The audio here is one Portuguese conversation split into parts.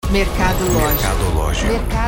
Mercadológico.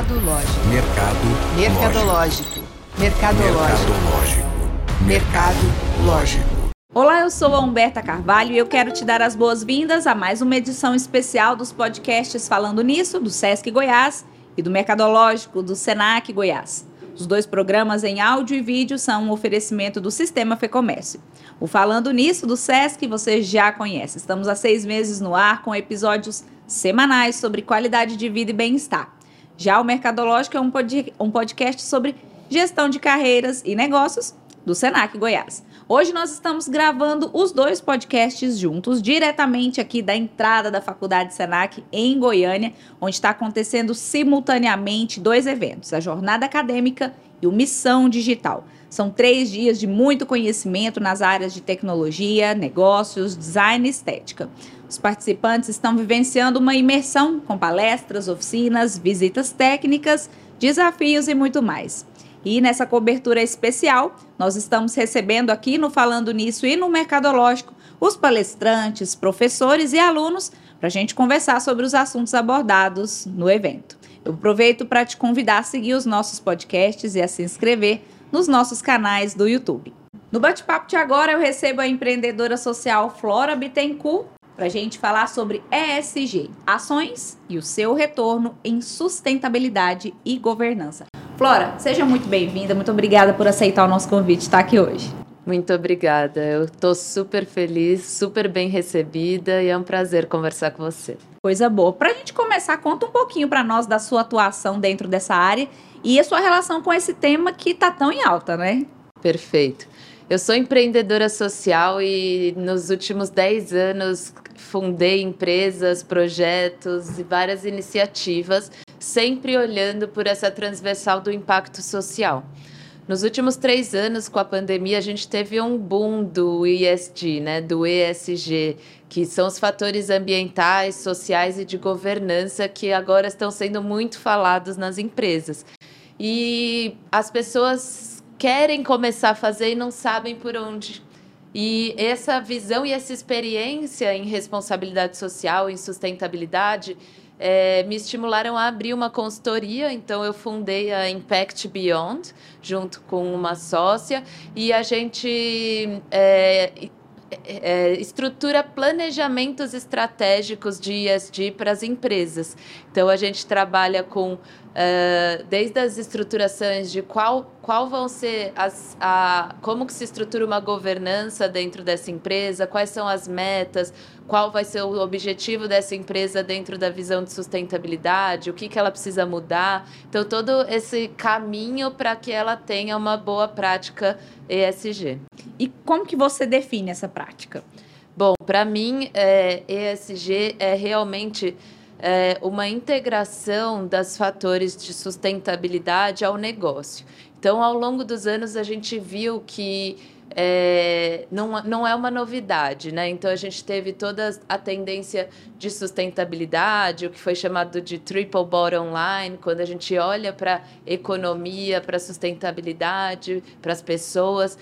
Mercadológico. Olá, eu sou a Humberta Carvalho e eu quero te dar as boas-vindas a mais uma edição especial dos podcasts Falando Nisso, do Sesc Goiás, e do Mercadológico, do Senac Goiás. Os dois programas em áudio e vídeo são um oferecimento do Sistema Fecomércio. O Falando Nisso, do Sesc, você já conhece. Estamos há 6 meses no ar com episódios semanais sobre qualidade de vida e bem-estar. Já o Mercadológico é um podcast sobre gestão de carreiras e negócios do Senac Goiás. Hoje nós estamos gravando os dois podcasts juntos, diretamente aqui da entrada da Faculdade Senac em Goiânia, onde está acontecendo simultaneamente 2 eventos, a Jornada Acadêmica e o Missão Digital. São 3 dias de muito conhecimento nas áreas de tecnologia, negócios, design e estética. Os participantes estão vivenciando uma imersão com palestras, oficinas, visitas técnicas, desafios e muito mais. E nessa cobertura especial, nós estamos recebendo aqui no Falando Nisso e no Mercadológico os palestrantes, professores e alunos para a gente conversar sobre os assuntos abordados no evento. Eu aproveito para te convidar a seguir os nossos podcasts e a se inscrever nos nossos canais do YouTube. No bate-papo de agora, eu recebo a empreendedora social Flora Bittencourt para a gente falar sobre ESG, ações e o seu retorno em sustentabilidade e governança. Flora, seja muito bem-vinda, muito obrigada por aceitar o nosso convite de estar aqui hoje. Muito obrigada, eu estou super feliz, super bem recebida e é um prazer conversar com você. Coisa boa. Para a gente começar, conta um pouquinho para nós da sua atuação dentro dessa área e a sua relação com esse tema que está tão em alta, né? Perfeito. Eu sou empreendedora social e nos últimos 10 anos fundei empresas, projetos e várias iniciativas, sempre olhando por essa transversal do impacto social. Nos últimos 3 anos, com a pandemia, a gente teve um boom do ESG, né, do ESG, que são os fatores ambientais, sociais e de governança que agora estão sendo muito falados nas empresas. E as pessoas querem começar a fazer e não sabem por onde. E essa visão e essa experiência em responsabilidade social, em sustentabilidade, me estimularam a abrir uma consultoria. Então, eu fundei a Impact Beyond, junto com uma sócia, e a gente estrutura planejamentos estratégicos de ESG para as empresas. Então, a gente trabalha com desde as estruturações de qual vão ser como que se estrutura uma governança dentro dessa empresa, quais são as metas, qual vai ser o objetivo dessa empresa dentro da visão de sustentabilidade, o que ela precisa mudar. Então, todo esse caminho para que ela tenha uma boa prática ESG. E como que você define essa prática? Bom, para mim, ESG é realmente uma integração dos fatores de sustentabilidade ao negócio. Então, ao longo dos anos, a gente viu que não é uma novidade, né? Então, a gente teve toda a tendência de sustentabilidade, o que foi chamado de triple bottom line, quando a gente olha para a economia, para a sustentabilidade, para as pessoas,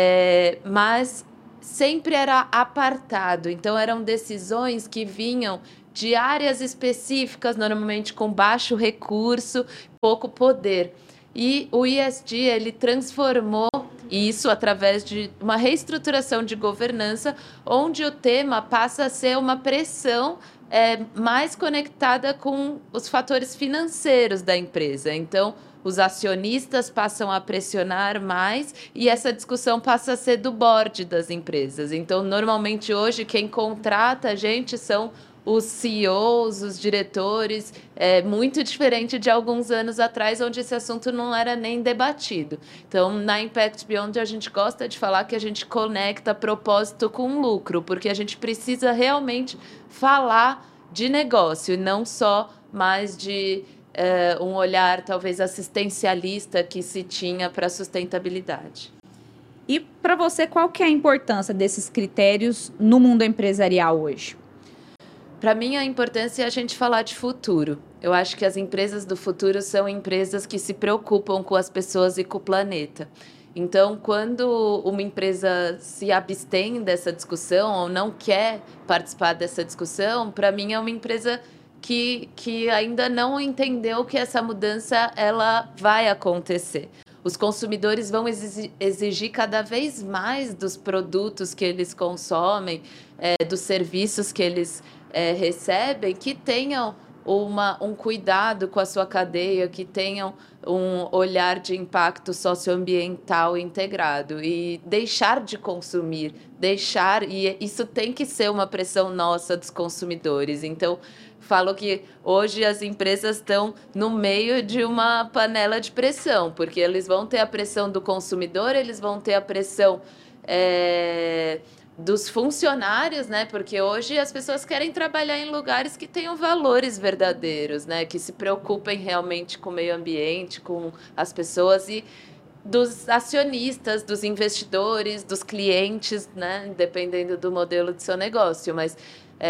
mas sempre era apartado. Então, eram decisões que vinham de áreas específicas, normalmente com baixo recurso, pouco poder. E o ESG, ele transformou isso através de uma reestruturação de governança, onde o tema passa a ser uma pressão mais conectada com os fatores financeiros da empresa. Então, os acionistas passam a pressionar mais e essa discussão passa a ser do board das empresas. Então, normalmente, hoje, quem contrata a gente são os CEOs, os diretores, muito diferente de alguns anos atrás, onde esse assunto não era nem debatido. Então, na Impact Beyond, a gente gosta de falar que a gente conecta propósito com lucro, porque a gente precisa realmente falar de negócio e não só mais de um olhar, talvez, assistencialista que se tinha para a sustentabilidade. E, para você, qual que é a importância desses critérios no mundo empresarial hoje? Para mim, a importância é a gente falar de futuro. Eu acho que as empresas do futuro são empresas que se preocupam com as pessoas e com o planeta. Então, quando uma empresa se abstém dessa discussão ou não quer participar dessa discussão, para mim é uma empresa que ainda não entendeu que essa mudança ela vai acontecer. Os consumidores vão exigir cada vez mais dos produtos que eles consomem, dos serviços que eles recebem, que tenham um cuidado com a sua cadeia, que tenham um olhar de impacto socioambiental integrado e deixar de consumir, e isso tem que ser uma pressão nossa dos consumidores. Então, falo que hoje as empresas estão no meio de uma panela de pressão, porque eles vão ter a pressão do consumidor, eles vão ter a pressão dos funcionários, né? Porque hoje as pessoas querem trabalhar em lugares que tenham valores verdadeiros, né? Que se preocupem realmente com o meio ambiente, com as pessoas e dos acionistas, dos investidores, dos clientes, né? Dependendo do modelo de seu negócio, mas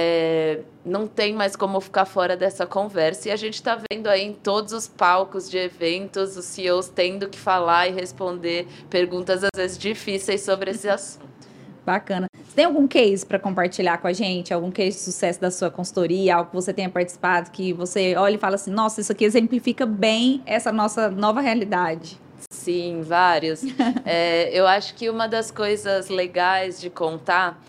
não tem mais como ficar fora dessa conversa. E a gente está vendo aí em todos os palcos de eventos os CEOs tendo que falar e responder perguntas às vezes difíceis sobre esse assunto. Bacana. Você tem algum case para compartilhar com a gente? Algum case de sucesso da sua consultoria? Algo que você tenha participado, que você olha e fala assim, nossa, isso aqui exemplifica bem essa nossa nova realidade? Sim, vários. Eu acho que uma das coisas legais de contar...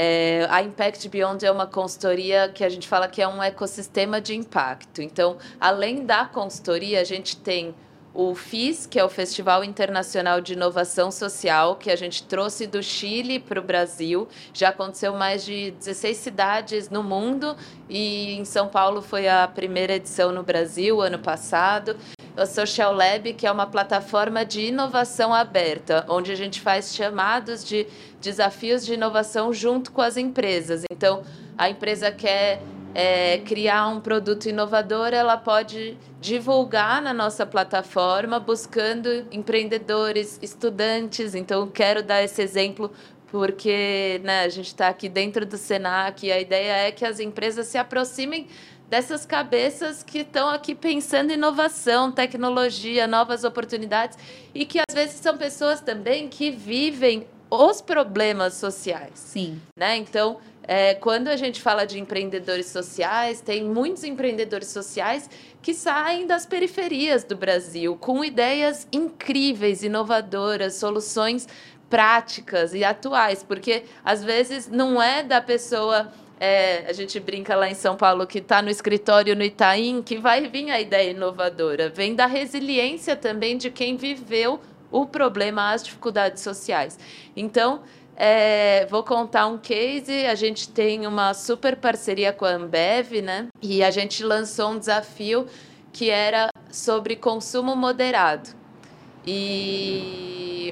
a Impact Beyond é uma consultoria que a gente fala que é um ecossistema de impacto. Então, além da consultoria, a gente tem o FIS, que é o Festival Internacional de Inovação Social, que a gente trouxe do Chile para o Brasil. Já aconteceu em mais de 16 cidades no mundo e em São Paulo foi a primeira edição no Brasil, ano passado. O Social Lab, que é uma plataforma de inovação aberta, onde a gente faz chamados de desafios de inovação junto com as empresas. Então, a empresa quer criar um produto inovador, ela pode divulgar na nossa plataforma, buscando empreendedores, estudantes. Então, quero dar esse exemplo porque, né, a gente está aqui dentro do Senac e a ideia é que as empresas se aproximem dessas cabeças que estão aqui pensando em inovação, tecnologia, novas oportunidades e que às vezes são pessoas também que vivem os problemas sociais. Sim. Né? Então, quando a gente fala de empreendedores sociais, tem muitos empreendedores sociais que saem das periferias do Brasil com ideias incríveis, inovadoras, soluções práticas e atuais, porque às vezes não é da pessoa... a gente brinca lá em São Paulo que está no escritório no Itaim, que vai vir a ideia inovadora. Vem da resiliência também de quem viveu o problema, as dificuldades sociais. Então, vou contar um case. A gente tem uma super parceria com a Ambev, né? E a gente lançou um desafio que era sobre consumo moderado. E...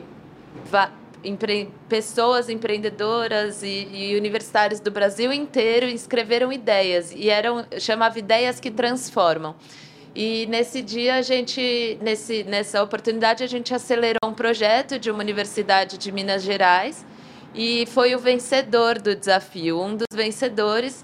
pessoas empreendedoras e universitários do Brasil inteiro escreveram ideias e chamava Ideias que Transformam. E nesse dia nessa oportunidade a gente acelerou um projeto de uma universidade de Minas Gerais e foi o vencedor do desafio. Um dos vencedores,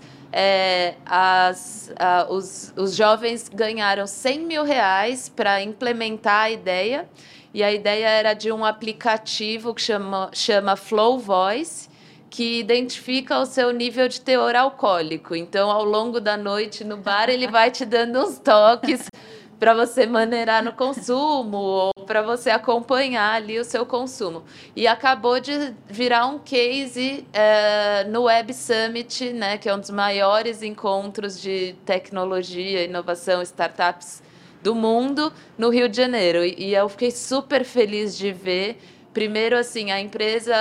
os jovens ganharam R$100 mil para implementar a ideia. E a ideia era de um aplicativo que chama Flow Voice, que identifica o seu nível de teor alcoólico. Então, ao longo da noite no bar, ele vai te dando uns toques para você maneirar no consumo ou para você acompanhar ali o seu consumo. E acabou de virar um case no Web Summit, né, que é um dos maiores encontros de tecnologia, inovação, startups do mundo, no Rio de Janeiro. E eu fiquei super feliz de ver, primeiro, assim, a empresa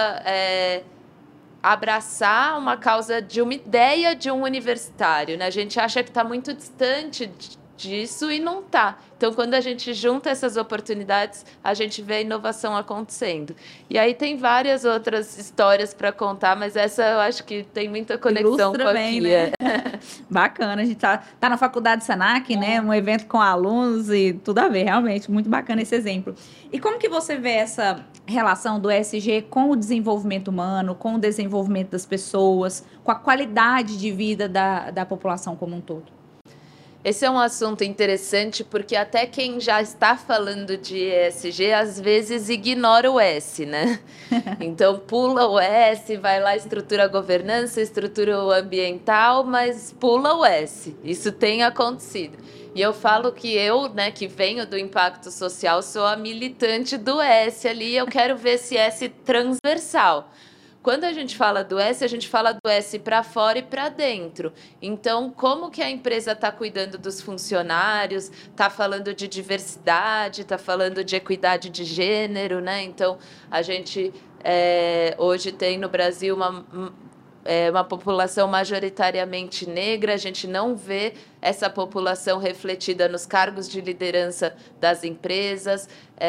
abraçar uma causa de uma ideia de um universitário, né? A gente acha que está muito distante disso e não está. Então, quando a gente junta essas oportunidades, a gente vê a inovação acontecendo. E aí tem várias outras histórias para contar, mas essa eu acho que tem muita conexão Ilustra com bem, aqui. Né? Bacana, a gente tá na faculdade Senac, né? Um evento com alunos e tudo a ver, realmente, muito bacana esse exemplo. E como que você vê essa relação do ESG com o desenvolvimento humano, com o desenvolvimento das pessoas, com a qualidade de vida da população como um todo? Esse é um assunto interessante porque até quem já está falando de ESG às vezes ignora o S, né? Então pula o S, vai lá, estrutura a governança, estrutura o ambiental, mas pula o S. Isso tem acontecido. E eu falo que eu, né, que venho do impacto social, sou a militante do S ali, eu quero ver esse S transversal. Quando a gente fala do S, a gente fala do S para fora e para dentro. Então, como que a empresa está cuidando dos funcionários, está falando de diversidade, está falando de equidade de gênero, né? Então, a gente hoje tem no Brasil uma população majoritariamente negra, a gente não vê essa população refletida nos cargos de liderança das empresas.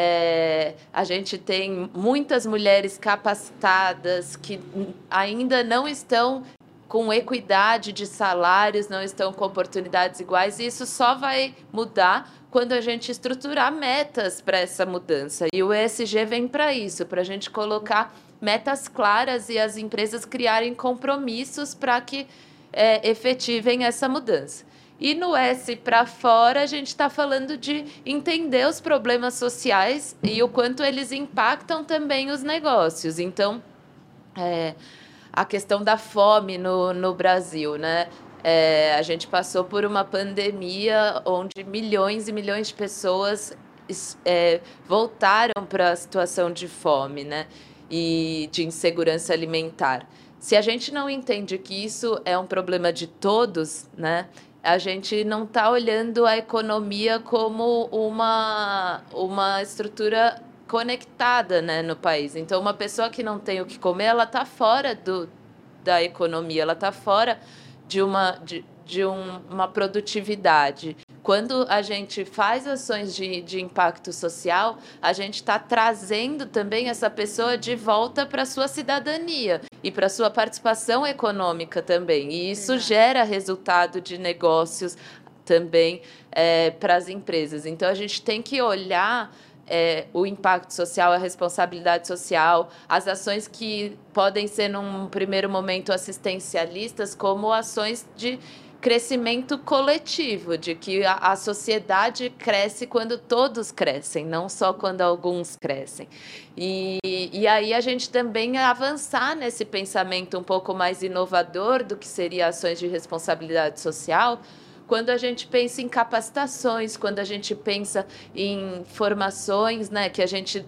A gente tem muitas mulheres capacitadas que ainda não estão com equidade de salários, não estão com oportunidades iguais, e isso só vai mudar quando a gente estruturar metas para essa mudança. E o ESG vem para isso, para a gente colocar metas claras e as empresas criarem compromissos para que efetivem essa mudança. E no S para fora, a gente está falando de entender os problemas sociais e o quanto eles impactam também os negócios. Então, a questão da fome no Brasil, né? A gente passou por uma pandemia onde milhões e milhões de pessoas voltaram para a situação de fome, né? E de insegurança alimentar. Se a gente não entende que isso é um problema de todos, né, a gente não está olhando a economia como uma estrutura conectada, né, no país. Então, uma pessoa que não tem o que comer, ela está fora da economia, ela está fora de uma produtividade. Quando a gente faz ações de impacto social, a gente está trazendo também essa pessoa de volta para a sua cidadania e para a sua participação econômica também. E isso gera resultado de negócios também para as empresas. Então, a gente tem que olhar o impacto social, a responsabilidade social, as ações que podem ser, num primeiro momento, assistencialistas, como ações de crescimento coletivo, de que a sociedade cresce quando todos crescem, não só quando alguns crescem. E aí a gente também avançar nesse pensamento um pouco mais inovador do que seria ações de responsabilidade social, quando a gente pensa em capacitações, quando a gente pensa em formações, né, que a gente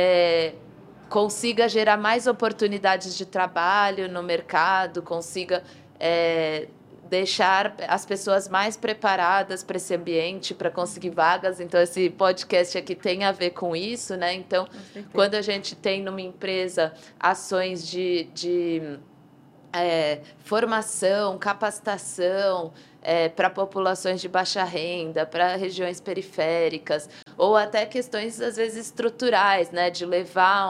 consiga gerar mais oportunidades de trabalho no mercado, consiga deixar as pessoas mais preparadas para esse ambiente, para conseguir vagas. Então, esse podcast aqui tem a ver com isso, né? Então, quando a gente tem numa empresa ações de formação, capacitação para populações de baixa renda, para regiões periféricas, ou até questões, às vezes, estruturais, né? De levar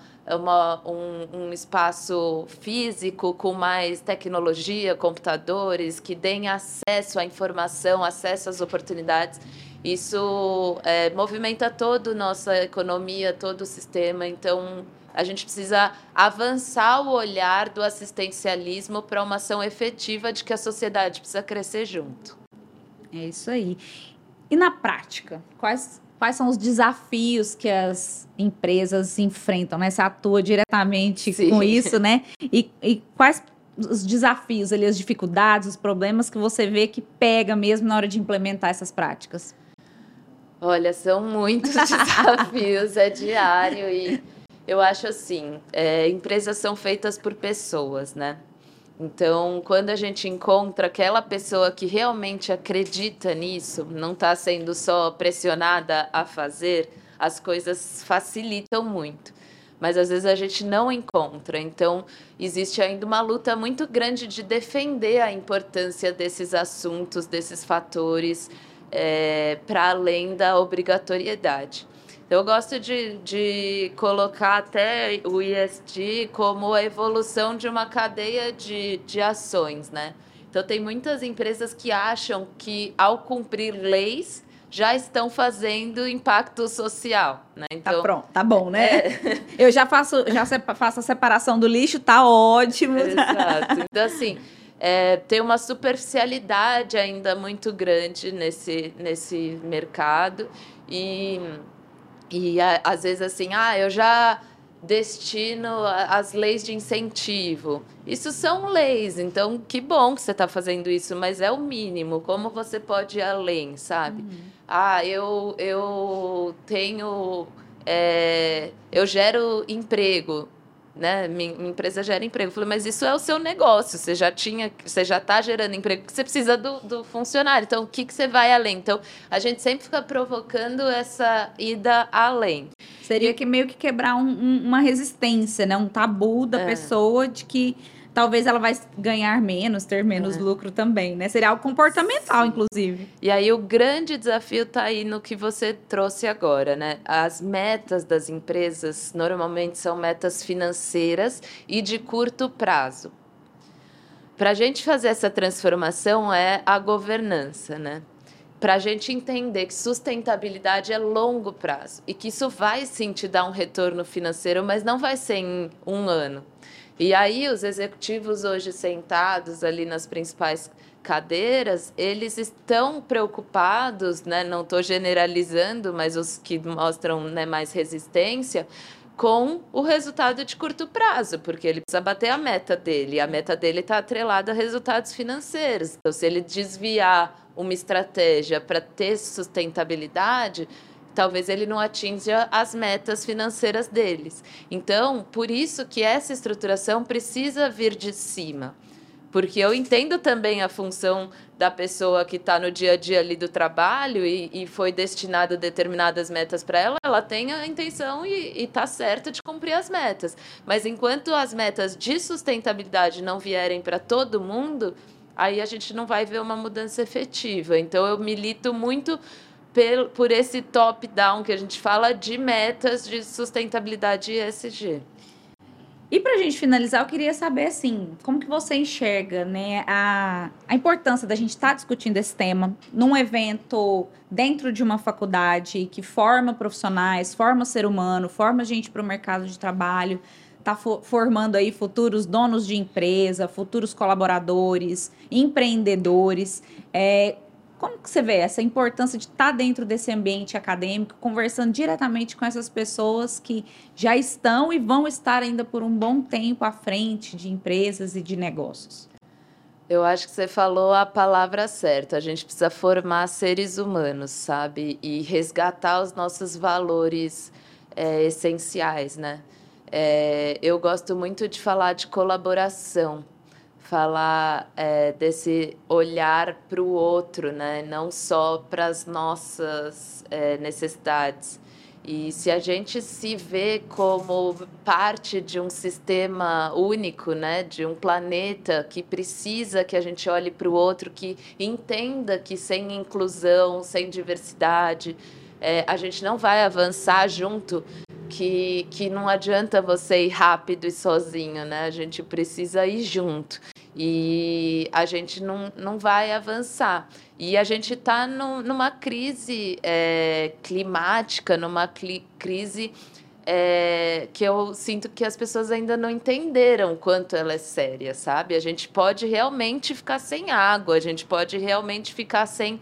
um espaço físico com mais tecnologia, computadores, que deem acesso à informação, acesso às oportunidades. Isso movimenta toda a nossa economia, todo o sistema. Então, a gente precisa avançar o olhar do assistencialismo para uma ação efetiva de que a sociedade precisa crescer junto. É isso aí. E na prática, quais são os desafios que as empresas enfrentam, né? Você atua diretamente com isso, né? E quais os desafios, ali, as dificuldades, os problemas que você vê que pega mesmo na hora de implementar essas práticas? Olha, são muitos desafios, é diário. E eu acho assim, empresas são feitas por pessoas, né? Então, quando a gente encontra aquela pessoa que realmente acredita nisso, não está sendo só pressionada a fazer, as coisas facilitam muito. Mas, às vezes, a gente não encontra. Então, existe ainda uma luta muito grande de defender a importância desses assuntos, desses fatores, para além da obrigatoriedade. Eu gosto de colocar até o ESG como a evolução de uma cadeia de ações, né? Então, tem muitas empresas que acham que, ao cumprir leis, já estão fazendo impacto social, né? Então, tá pronto, tá bom, né? Eu já faço a separação do lixo, tá ótimo. Exato. Então, assim, tem uma superficialidade ainda muito grande nesse mercado. Às vezes, assim, eu já destino as leis de incentivo. Isso são leis, então que bom que você está fazendo isso, mas é o mínimo. Como você pode ir além, sabe? Eu tenho... eu gero emprego, né? Minha empresa gera emprego. Eu falei, mas isso é o seu negócio. Você já está gerando emprego, porque você precisa do funcionário. Então, o que você vai além? Então, a gente sempre fica provocando essa ida além. Seria que meio que quebrar uma resistência, né? Um tabu da pessoa de que talvez ela vai ganhar menos, ter menos lucro também, né? Seria algo comportamental, sim, inclusive. E aí o grande desafio está aí no que você trouxe agora, né? As metas das empresas normalmente são metas financeiras e de curto prazo. Para a gente fazer essa transformação é a governança, né? Para a gente entender que sustentabilidade é longo prazo e que isso vai sim te dar um retorno financeiro, mas não vai ser em um ano. E aí os executivos hoje sentados ali nas principais cadeiras, eles estão preocupados, né? Não estou generalizando, mas os que mostram, né, mais resistência, com o resultado de curto prazo, porque ele precisa bater a meta dele, e a meta dele está atrelada a resultados financeiros. Então, se ele desviar uma estratégia para ter sustentabilidade, talvez ele não atinja as metas financeiras deles. Então, por isso que essa estruturação precisa vir de cima. Porque eu entendo também a função da pessoa que está no dia a dia ali do trabalho e foi destinado determinadas metas para ela, ela tem a intenção e está certa de cumprir as metas. Mas enquanto as metas de sustentabilidade não vierem para todo mundo, aí a gente não vai ver uma mudança efetiva. Então, eu milito muito por esse top-down que a gente fala de metas de sustentabilidade ESG. E para a gente finalizar, eu queria saber, assim, como que você enxerga, né, a importância da gente estar discutindo esse tema num evento dentro de uma faculdade que forma profissionais, forma ser humano, forma gente para o mercado de trabalho, está formando aí futuros donos de empresa, futuros colaboradores, empreendedores. Como que você vê essa importância de estar dentro desse ambiente acadêmico, conversando diretamente com essas pessoas que já estão e vão estar ainda por um bom tempo à frente de empresas e de negócios? Eu acho que você falou a palavra certa. A gente precisa formar seres humanos, sabe? E resgatar os nossos valores essenciais, né? Eu gosto muito de falar de colaboração. Falar desse olhar para o outro, né? Não só para as nossas necessidades. E se a gente se vê como parte de um sistema único, né? De um planeta que precisa que a gente olhe para o outro, que entenda que sem inclusão, sem diversidade, a gente não vai avançar junto, que não adianta você ir rápido e sozinho, né? A gente precisa ir junto. E a gente não vai avançar. E a gente está numa crise climática, numa crise que eu sinto que as pessoas ainda não entenderam quanto ela é séria, sabe? A gente pode realmente ficar sem água, a gente pode realmente ficar sem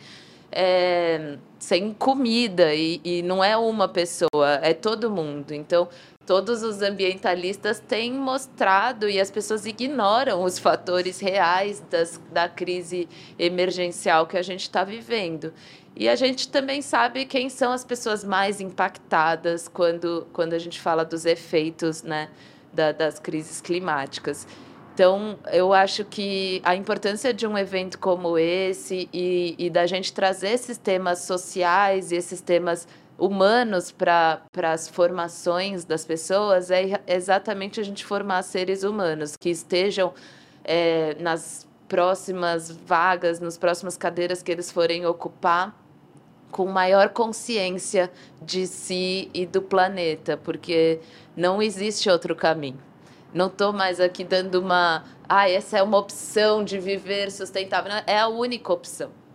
comida, e não é uma pessoa, é todo mundo. Então, todos os ambientalistas têm mostrado, e as pessoas ignoram os fatores reais da crise emergencial que a gente está vivendo. E a gente também sabe quem são as pessoas mais impactadas quando a gente fala dos efeitos, né, das crises climáticas. Então, eu acho que a importância de um evento como esse e da gente trazer esses temas sociais e esses temas humanos para as formações das pessoas é exatamente a gente formar seres humanos que estejam nas próximas vagas, nas próximas cadeiras que eles forem ocupar, com maior consciência de si e do planeta, porque não existe outro caminho. Não estou mais aqui dando essa é uma opção de viver sustentável. Não, é a única opção.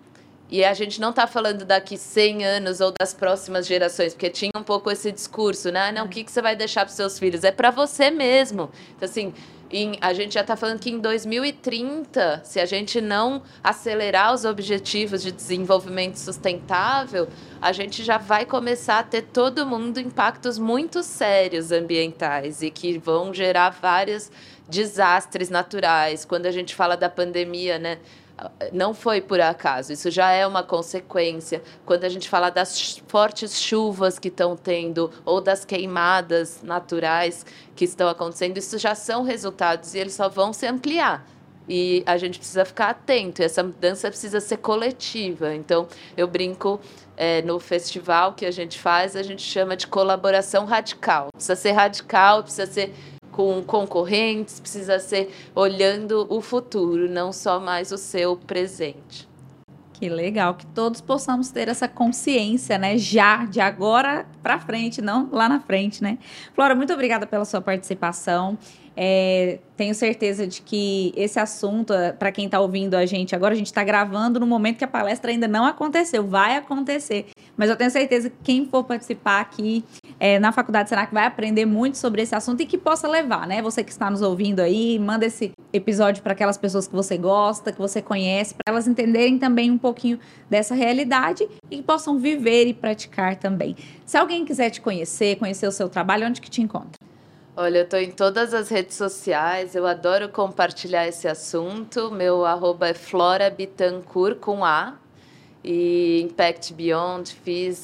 E a gente não está falando daqui 100 anos ou das próximas gerações, porque tinha um pouco esse discurso, né? Não, o que você vai deixar para os seus filhos? É para você mesmo. Então, assim, a gente já está falando que em 2030, se a gente não acelerar os objetivos de desenvolvimento sustentável, a gente já vai começar a ter todo mundo impactos muito sérios ambientais e que vão gerar vários desastres naturais. Quando a gente fala da pandemia, né? Não foi por acaso, isso já é uma consequência. Quando a gente fala das fortes chuvas que estão tendo ou das queimadas naturais que estão acontecendo, isso já são resultados e eles só vão se ampliar. E a gente precisa ficar atento, essa mudança precisa ser coletiva. Então, eu brinco, no festival que a gente faz, a gente chama de colaboração radical. Precisa ser radical, precisa ser com concorrentes, precisa ser olhando o futuro, não só mais o seu presente. Que legal, que todos possamos ter essa consciência, né, já, de agora para frente, não lá na frente, né? Flora, muito obrigada pela sua participação. Tenho certeza de que esse assunto, para quem está ouvindo a gente agora, a gente está gravando no momento que a palestra ainda não aconteceu, vai acontecer. Mas eu tenho certeza que quem for participar aqui na Faculdade Senac vai aprender muito sobre esse assunto e que possa levar, né? Você que está nos ouvindo aí, manda esse episódio para aquelas pessoas que você gosta, que você conhece, para elas entenderem também um pouquinho dessa realidade e que possam viver e praticar também. Se alguém quiser te conhecer o seu trabalho, onde que te encontra? Olha, eu estou em todas as redes sociais, eu adoro compartilhar esse assunto. Meu @ é Flora Bittencourt, com A. E Impact Beyond,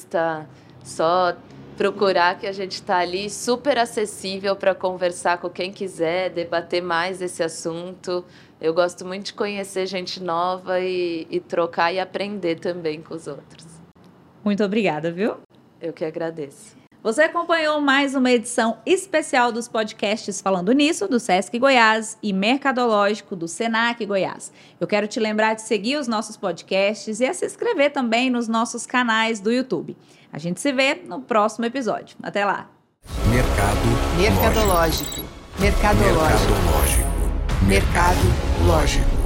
só procurar que a gente está ali, super acessível para conversar com quem quiser, debater mais esse assunto. Eu gosto muito de conhecer gente nova e trocar e aprender também com os outros. Muito obrigada, viu? Eu que agradeço. Você acompanhou mais uma edição especial dos podcasts Falando Nisso, do Sesc Goiás e Mercadológico do Senac Goiás. Eu quero te lembrar de seguir os nossos podcasts e a se inscrever também nos nossos canais do YouTube. A gente se vê no próximo episódio. Até lá! Mercadológico. Mercadológico. Mercadológico.